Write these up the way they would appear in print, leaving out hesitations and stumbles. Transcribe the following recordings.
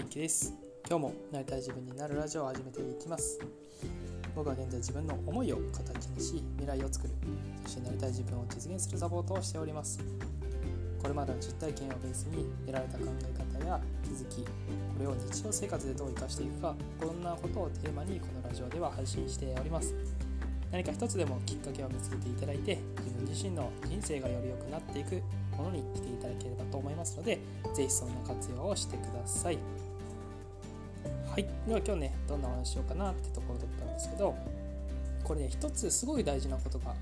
ゆきです。今日もなりたい自分になるラジオを始めていきます。僕は現在自分の思いを形にし未来を作る、そしてなりたい自分を実現するサポートをしております。これまでの実体験をベースに得られた考え方や気づき、これを日常生活でどう生かしていくか、こんなことをテーマにこのラジオでは配信しております。何か一つでもきっかけを見つけていただいて、自分自身の人生がより良くなっていくものにしていただければと思いますので、ぜひそんな活用をしてください。はい、では今日ね、どんなお話しようかなってところだったんですけど、これね、一つすごい大事なことがあって、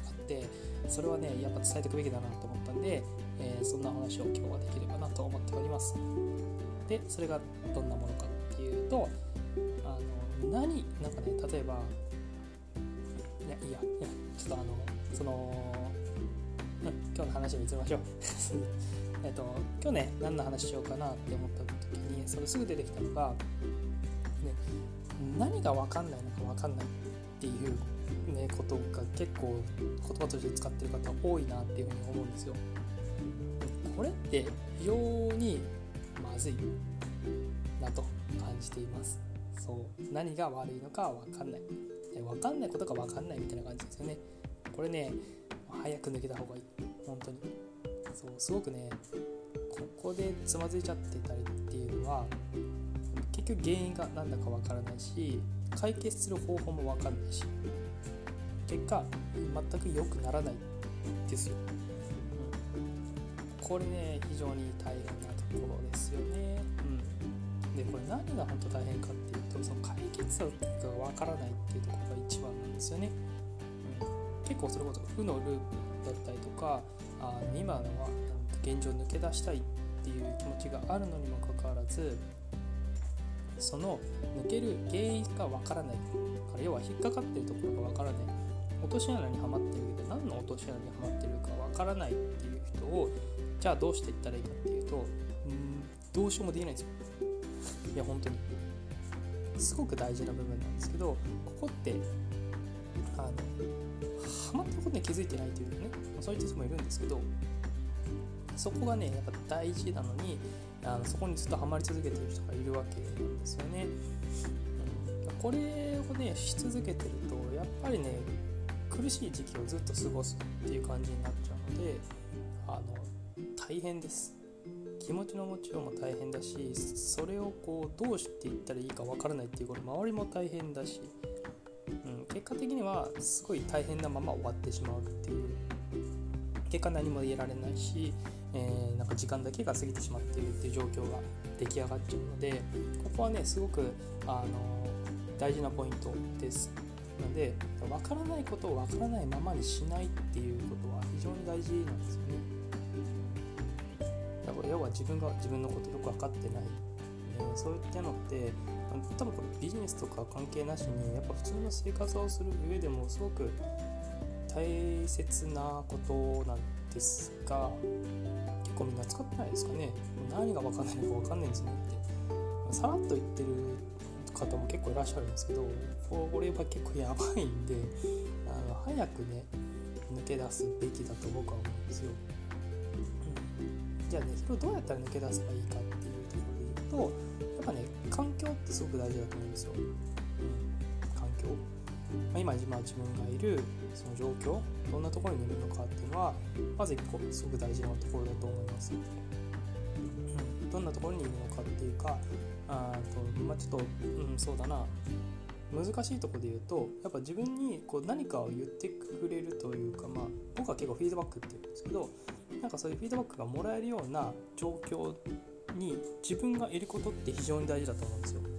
それはね、やっぱ伝えておくべきだなと思ったんで、そんな話を今日はできればなと思っております。で、それがどんなものかっていうと、なんかね、例えばちょっと今日の話を移りましょう今日ね、何の話しようかなって思った時に、それすぐ出てきたのが、何が分かんないのか分かんないっていう、ことが結構言葉として使ってる方多いなっていうふうに思うんですよ。これって非常にまずいなと感じています。そう、何が悪いのか分かんない、分かんないことが分かんないみたいな感じですよね。これね、早く抜けた方がいい、本当に。そう、すごくね、ここでつまずいちゃってたりっていうのは、結局原因が何だか分からないし、解決する方法も分かんないし、結果全く良くならないですよ。これね、非常に大変なところですよね。で、これ何が本当大変かっていうと、その解決策が分からないっていうところが一番なんですよね。結構それこそ負のループだったりとか、今のは現状抜け出したいっていう気持ちがあるのにもかかわらず、その抜ける原因がわからないから、要は引っかかってるところがわからない、落とし穴にはまってるけど何の落とし穴にはまってるかわからないっていう人を、じゃあどうしていったらいいかっていうと、どうしようもできないんですよ。いや、本当にすごく大事な部分なんですけど、ここってはまってることに気づいてないというね、そういう人もいるんですけど、そこがね、やっぱ大事なのに、そこにずっとハマり続けてる人がいるわけなんですよね。これをね、し続けてると、やっぱりね、苦しい時期をずっと過ごすっていう感じになっちゃうので、大変です。気持ちの持ちようも大変だし、それをこうどうしていったらいいかわからないっていう、これ周りも大変だし、結果的にはすごい大変なまま終わってしまうっていう、結果何も言えられないし、なんか時間だけが過ぎてしまっているっていう状況が出来上がっちゃうので、ここはね、すごく大事なポイントです。なので、分からないことを分からないままにしないっていうことは非常に大事なんですよね。だから要は自分が自分のことよく分かってない、そういったのって多分これビジネスとか関係なしに、やっぱ普通の生活をする上でもすごく大切なことなんですが、結構みんな使ってないですかね。何が分かんないのか分かんないんですねってさらっと言ってる方も結構いらっしゃるんですけど、これは結構やばいんで、早くね抜け出すべきだと僕は思うんですよ。じゃあね、それをどうやったら抜け出せばいいかっていうところで言うと、やっぱね、環境ってすごく大事だと思うんですよ。環境、今自分がいるその状況、どんなところにいるのかっていうのは、まず一個すごく大事なところだと思います。どんなところにいるのかっていうか、ちょっと、そうだな、難しいところで言うと、やっぱ自分にこう何かを言ってくれるというか、僕は結構フィードバックって言うんですけど、なんかそういうフィードバックがもらえるような状況に自分がいることって非常に大事だと思うんですよ。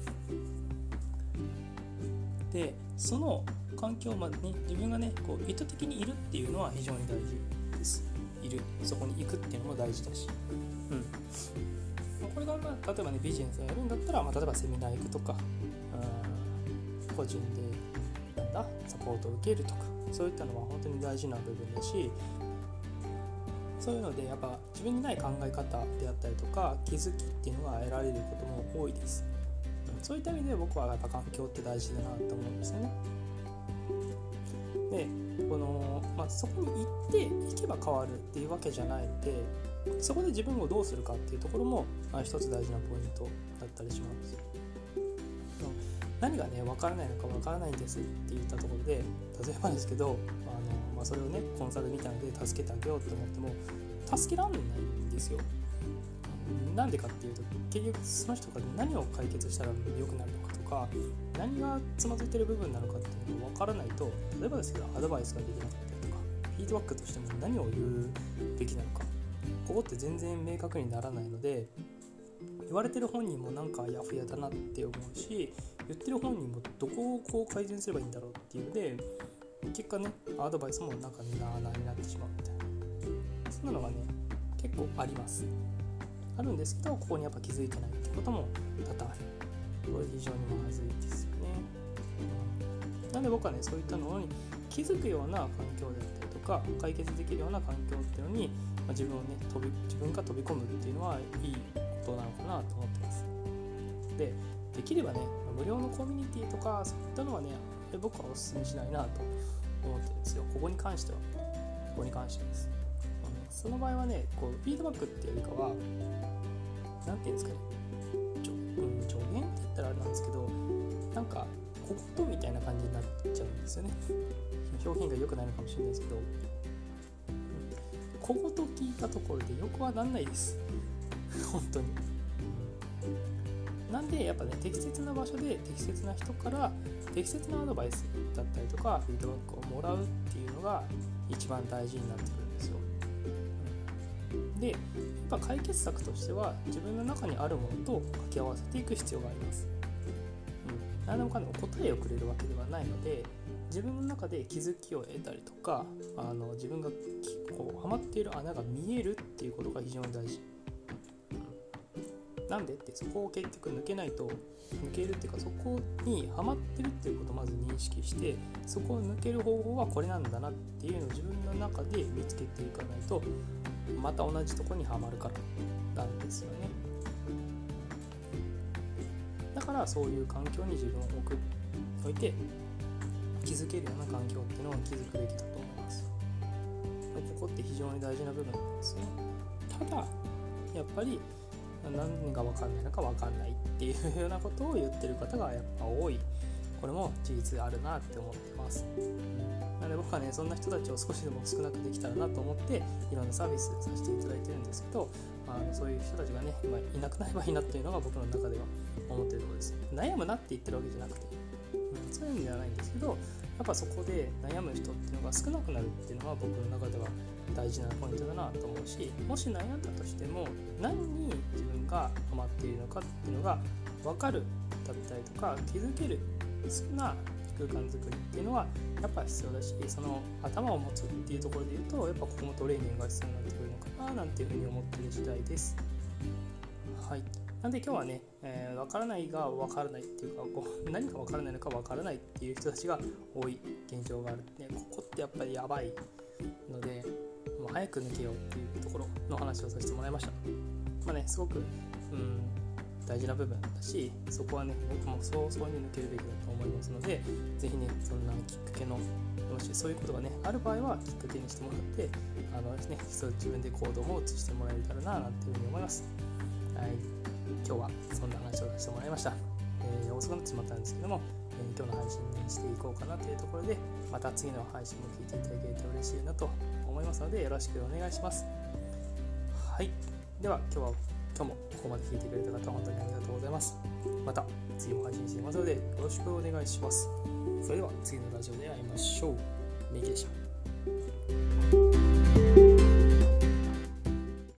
で、その環境までに自分がね、こう意図的にいるっていうのは非常に大事です。そこに行くっていうのも大事だし、これが例えばね、ビジネスをやるんだったら、例えばセミナー行くとか、個人でサポートを受けるとか、そういったのは本当に大事な部分だし、そういうのでやっぱ自分にない考え方であったりとか気づきっていうのが得られることも多いです。そういった意味で僕はやっぱ環境って大事だなと思うんですよね。で、そこに行けば変わるっていうわけじゃないので、 そこで自分をどうするかっていうところも一つ大事なポイントだったりします。何がね分からないのか分からないんですって言ったところで、例えばですけどそれをねコンサルみたいなので助けてあげようと思っても助けられないんですよ。なんでかっていうと、結局その人が何を解決したら良くなるのかとか、何がつまずいてる部分なのかっていうのが分からないと、例えばですけどアドバイスができなかったりとか、フィードバックとしても何を言うべきなのか、ここって全然明確にならないので、言われてる本人もなんかやふやだなって思うし、言ってる本人もどこをこう改善すればいいんだろうっていうので、結果ねアドバイスもなんかなあなあになってしまうみたいな、そんなのがね結構ありあるんですけど、ここにやっぱ気づいてないってことも多々ある。これ非常にまずいですよね。なんで僕はねそういったのに気づくような環境であったりとか、解決できるような環境っていうのに、自分をね自分が飛び込むっていうのはいいことなのかなと思ってます。できればね無料のコミュニティとかそういったのはね僕はお勧めしないなと思ってるんですよ。ここに関してです。その場合はねこうフィードバックっていうよりかはなんていうんですかね、助言って言ったらあれなんですけど、なんか小言みたいな感じになっちゃうんですよね。表現が良くないのかもしれないですけど、小言聞いたところでよくはなんないです本当に。なんでやっぱね適切な場所で適切な人から適切なアドバイスだったりとかフィードバックをもらうっていうのが一番大事になってくるんですよ。でやっぱ解決策としては自分の中にあるものと掛け合わせていく必要があります。何でもかんでも答えをくれるわけではないので、自分の中で気づきを得たりとか自分がこうハマっている穴が見えるっていうことが非常に大事。なんでってそこを結局抜けないと、抜けるっていうかそこにハマってるっていうことをまず認識して、そこを抜ける方法はこれなんだなっていうのを自分の中で見つけていかないと、また同じところにはまるからなんですよね。だからそういう環境に自分を置いて気づけるような環境っていうのを築くべきだと思います。ここって非常に大事な部分なんですね。ただやっぱり何が分かんないのか分かんないっていうようなことを言ってる方がやっぱ多い。これも事実あるなって思ってます。なので僕はねそんな人たちを少しでも少なくできたらなと思っていろんなサービスさせていただいてるんですけど、そういう人たちがね、いなくなればいいなっていうのが僕の中では思ってるところです。悩むなって言ってるわけじゃなくて、そういう意味ではないんですけど、やっぱそこで悩む人っていうのが少なくなるっていうのは僕の中では大事なポイントだなと思うし、もし悩んだとしても何に自分がハマっているのかっていうのが分かるだったりとか気づける、そんな空間作りっていうのはやっぱ必要だし、その頭を持つっていうところで言うとやっぱここもトレーニングが必要になってくるのかななんていうふうに思っている次第です。はい。なんで今日はね、分からないが分からないっていうか何が分からないのか分からないっていう人たちが多い現状がある、ね、ここってやっぱりやばいので、もう早く抜けようっていうところの話をさせてもらいました。すごく大事な部分だし、そこはね僕も早々に抜けるべきだと思いますので、ぜひねそんなきっかけの、もしそういうことがねある場合はきっかけにしてもらって自分で行動も移してもらえたらななんていうふうに思います。はい、今日はそんな話をさせてもらいました。遅くなってしまったんですけども、今日の配信にしていこうかなというところで、また次の配信も聞いていただけると嬉しいなと思いますので、よろしくお願いします。はい、では今日もここまで聞いてくれた方本当にありがとうございます。また次も配信していますのでよろしくお願いします。それでは次のラジオで会いましょう。ミキでした。